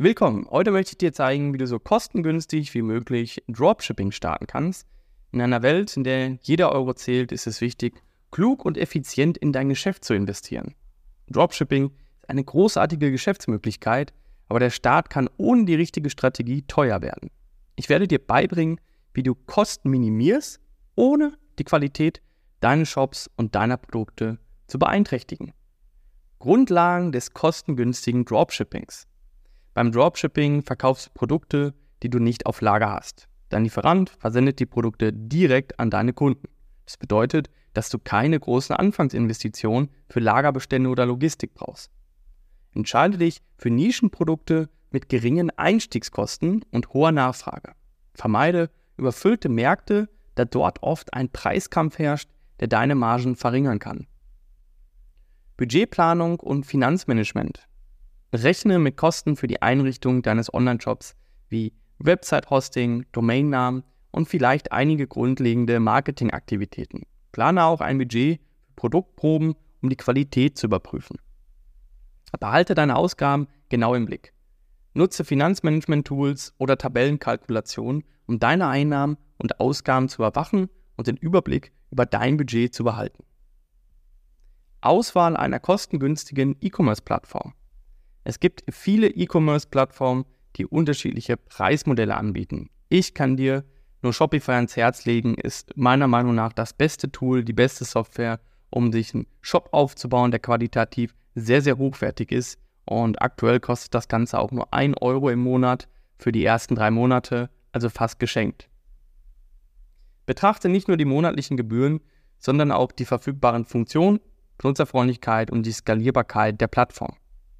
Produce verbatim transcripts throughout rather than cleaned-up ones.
Willkommen! Heute möchte ich dir zeigen, wie du so kostengünstig wie möglich Dropshipping starten kannst. In einer Welt, in der jeder Euro zählt, ist es wichtig, klug und effizient in dein Geschäft zu investieren. Dropshipping ist eine großartige Geschäftsmöglichkeit, aber der Start kann ohne die richtige Strategie teuer werden. Ich werde dir beibringen, wie du Kosten minimierst, ohne die Qualität deines Shops und deiner Produkte zu beeinträchtigen. Grundlagen des kostengünstigen Dropshippings. Beim Dropshipping verkaufst du Produkte, die du nicht auf Lager hast. Dein Lieferant versendet die Produkte direkt an deine Kunden. Das bedeutet, dass du keine großen Anfangsinvestitionen für Lagerbestände oder Logistik brauchst. Entscheide dich für Nischenprodukte mit geringen Einstiegskosten und hoher Nachfrage. Vermeide überfüllte Märkte, da dort oft ein Preiskampf herrscht, der deine Margen verringern kann. Budgetplanung und Finanzmanagement. Rechne mit Kosten für die Einrichtung deines Online-Shops wie Website-Hosting, Domainnamen und vielleicht einige grundlegende Marketingaktivitäten. Plane auch ein Budget für Produktproben, um die Qualität zu überprüfen. Behalte deine Ausgaben genau im Blick. Nutze Finanzmanagement-Tools oder Tabellenkalkulationen, um deine Einnahmen und Ausgaben zu überwachen und den Überblick über dein Budget zu behalten. Auswahl einer kostengünstigen E-Commerce-Plattform. Es gibt viele E-Commerce-Plattformen, die unterschiedliche Preismodelle anbieten. Ich kann dir nur Shopify ans Herz legen, ist meiner Meinung nach das beste Tool, die beste Software, um sich einen Shop aufzubauen, der qualitativ sehr, sehr hochwertig ist. Und aktuell kostet das Ganze auch nur ein Euro im Monat für die ersten drei Monate, also fast geschenkt. Betrachte nicht nur die monatlichen Gebühren, sondern auch die verfügbaren Funktionen, Benutzerfreundlichkeit und die Skalierbarkeit der Plattform.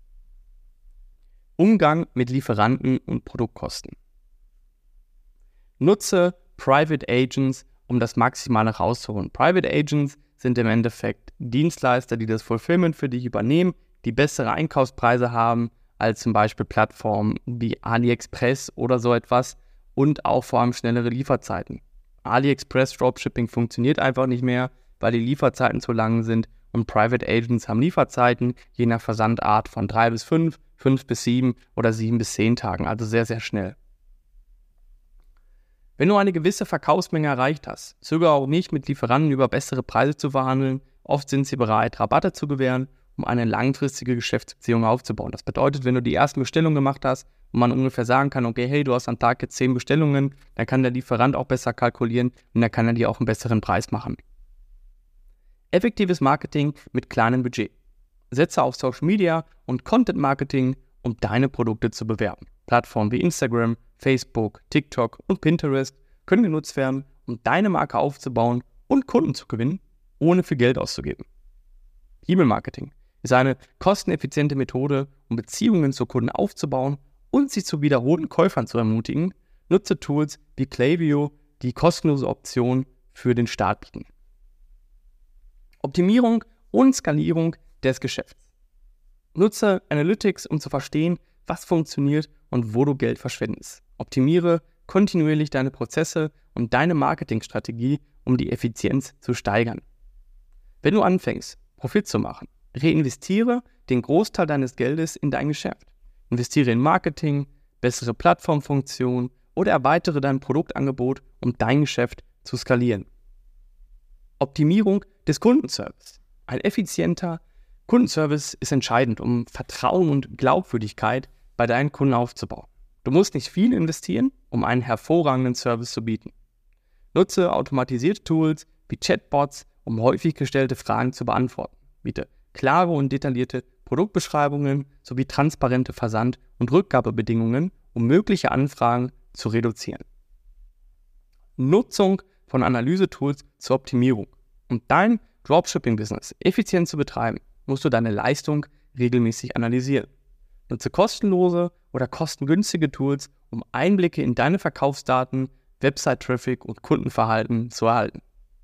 Umgang mit Lieferanten und Produktkosten. Nutze Private Agents, um das Maximale rauszuholen. Private Agents sind im Endeffekt Dienstleister, die das Fulfillment für dich übernehmen, die bessere Einkaufspreise haben als zum Beispiel Plattformen wie AliExpress oder so etwas und auch vor allem schnellere Lieferzeiten. AliExpress Dropshipping funktioniert einfach nicht mehr, weil die Lieferzeiten zu lang sind und Private Agents haben Lieferzeiten je nach Versandart von drei bis fünf, fünf bis sieben oder sieben bis zehn Tagen, also sehr, sehr schnell. Wenn du eine gewisse Verkaufsmenge erreicht hast, zögere auch nicht, mit Lieferanten über bessere Preise zu verhandeln. Oft sind sie bereit, Rabatte zu gewähren, um eine langfristige Geschäftsbeziehung aufzubauen. Das bedeutet, wenn du die ersten Bestellungen gemacht hast und man ungefähr sagen kann, okay, hey, du hast am Tag jetzt zehn Bestellungen, dann kann der Lieferant auch besser kalkulieren und dann kann er dir auch einen besseren Preis machen. Effektives Marketing mit kleinem Budget. Setze auf Social Media und Content Marketing, um deine Produkte zu bewerben. Plattformen wie Instagram, Facebook, TikTok und Pinterest können genutzt werden, um deine Marke aufzubauen und Kunden zu gewinnen, ohne viel Geld auszugeben. E-Mail-Marketing ist eine kosteneffiziente Methode, um Beziehungen zu Kunden aufzubauen und sie zu wiederholten Käufern zu ermutigen. Nutze Tools wie Klaviyo, die kostenlose Optionen für den Start bieten. Optimierung und Skalierung des Geschäfts. Nutze Analytics, um zu verstehen, was funktioniert und wo du Geld verschwendest. Optimiere kontinuierlich deine Prozesse und deine Marketingstrategie, um die Effizienz zu steigern. Wenn du anfängst, Profit zu machen, reinvestiere den Großteil deines Geldes in dein Geschäft. Investiere in Marketing, bessere Plattformfunktionen oder erweitere dein Produktangebot, um dein Geschäft zu skalieren. Optimierung des Kundenservice. Ein effizienter Kundenservice ist entscheidend, um Vertrauen und Glaubwürdigkeit bei deinen Kunden aufzubauen. Du musst nicht viel investieren, um einen hervorragenden Service zu bieten. Nutze automatisierte Tools wie Chatbots, um häufig gestellte Fragen zu beantworten. Biete klare und detaillierte Produktbeschreibungen sowie transparente Versand- und Rückgabebedingungen, um mögliche Anfragen zu reduzieren. Nutzung von Analysetools zur Optimierung. Um dein Dropshipping-Business effizient zu betreiben, musst du deine Leistung regelmäßig analysieren. Nutze kostenlose oder kostengünstige Tools, um Einblicke in deine Verkaufsdaten, Website-Traffic und Kundenverhalten zu erhalten.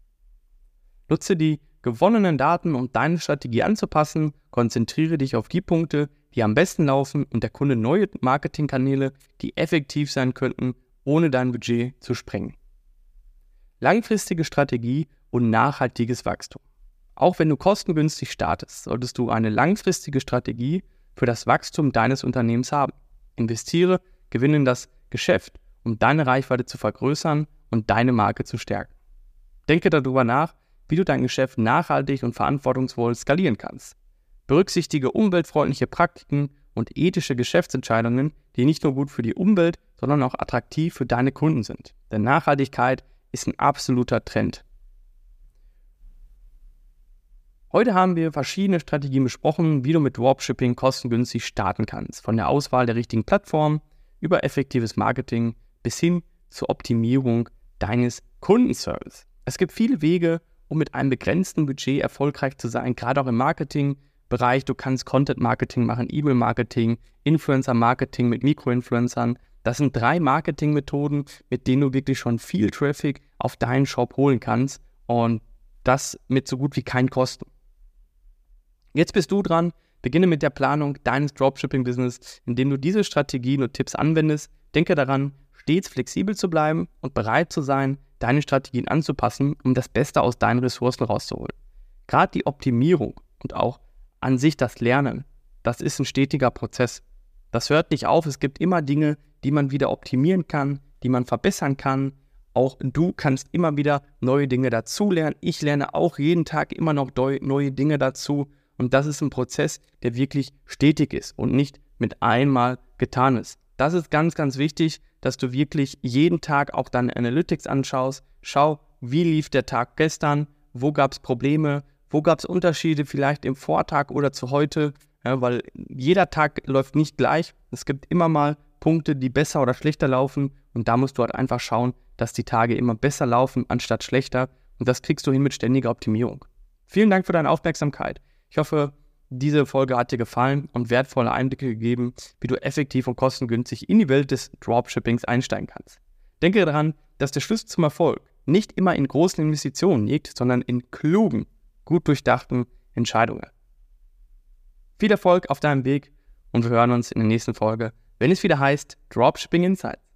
Nutze die gewonnenen Daten, um deine Strategie anzupassen. Konzentriere dich auf die Punkte, die am besten laufen und erkunde neue Marketingkanäle, die effektiv sein könnten, ohne dein Budget zu sprengen. Langfristige Strategie und nachhaltiges Wachstum. Auch wenn du kostengünstig startest, solltest du eine langfristige Strategie für das Wachstum deines Unternehmens haben. Investiere, gewinne in das Geschäft, um deine Reichweite zu vergrößern und deine Marke zu stärken. Denke darüber nach, wie du dein Geschäft nachhaltig und verantwortungsvoll skalieren kannst. Berücksichtige umweltfreundliche Praktiken und ethische Geschäftsentscheidungen, die nicht nur gut für die Umwelt, sondern auch attraktiv für deine Kunden sind. Denn Nachhaltigkeit ist ein absoluter Trend. Heute haben wir verschiedene Strategien besprochen, wie du mit Dropshipping kostengünstig starten kannst. Von der Auswahl der richtigen Plattform über effektives Marketing bis hin zur Optimierung deines Kundenservice. Es gibt viele Wege, um mit einem begrenzten Budget erfolgreich zu sein, gerade auch im Marketingbereich. Du kannst Content-Marketing machen, E-Mail-Marketing, Influencer-Marketing mit Mikroinfluencern. Das sind drei Marketingmethoden, mit denen du wirklich schon viel Traffic auf deinen Shop holen kannst und das mit so gut wie keinen Kosten. Jetzt bist du dran. Beginne mit der Planung deines Dropshipping-Business, indem du diese Strategien und Tipps anwendest. Denke daran, stets flexibel zu bleiben und bereit zu sein, deine Strategien anzupassen, um das Beste aus deinen Ressourcen rauszuholen. Gerade die Optimierung und auch an sich das Lernen, das ist ein stetiger Prozess. Das hört nicht auf. Es gibt immer Dinge, die man wieder optimieren kann, die man verbessern kann. Auch du kannst immer wieder neue Dinge dazulernen. Ich lerne auch jeden Tag immer noch neue Dinge dazu. Und das ist ein Prozess, der wirklich stetig ist und nicht mit einmal getan ist. Das ist ganz, ganz wichtig, dass du wirklich jeden Tag auch deine Analytics anschaust. Schau, wie lief der Tag gestern, wo gab es Probleme, wo gab es Unterschiede vielleicht im Vortag oder zu heute, ja, weil jeder Tag läuft nicht gleich. Es gibt immer mal Punkte, die besser oder schlechter laufen und da musst du halt einfach schauen, dass die Tage immer besser laufen anstatt schlechter und das kriegst du hin mit ständiger Optimierung. Vielen Dank für deine Aufmerksamkeit. Ich hoffe, diese Folge hat dir gefallen und wertvolle Einblicke gegeben, wie du effektiv und kostengünstig in die Welt des Dropshippings einsteigen kannst. Denke daran, dass der Schlüssel zum Erfolg nicht immer in großen Investitionen liegt, sondern in klugen, gut durchdachten Entscheidungen. Viel Erfolg auf deinem Weg und wir hören uns in der nächsten Folge, wenn es wieder heißt Dropshipping Insights.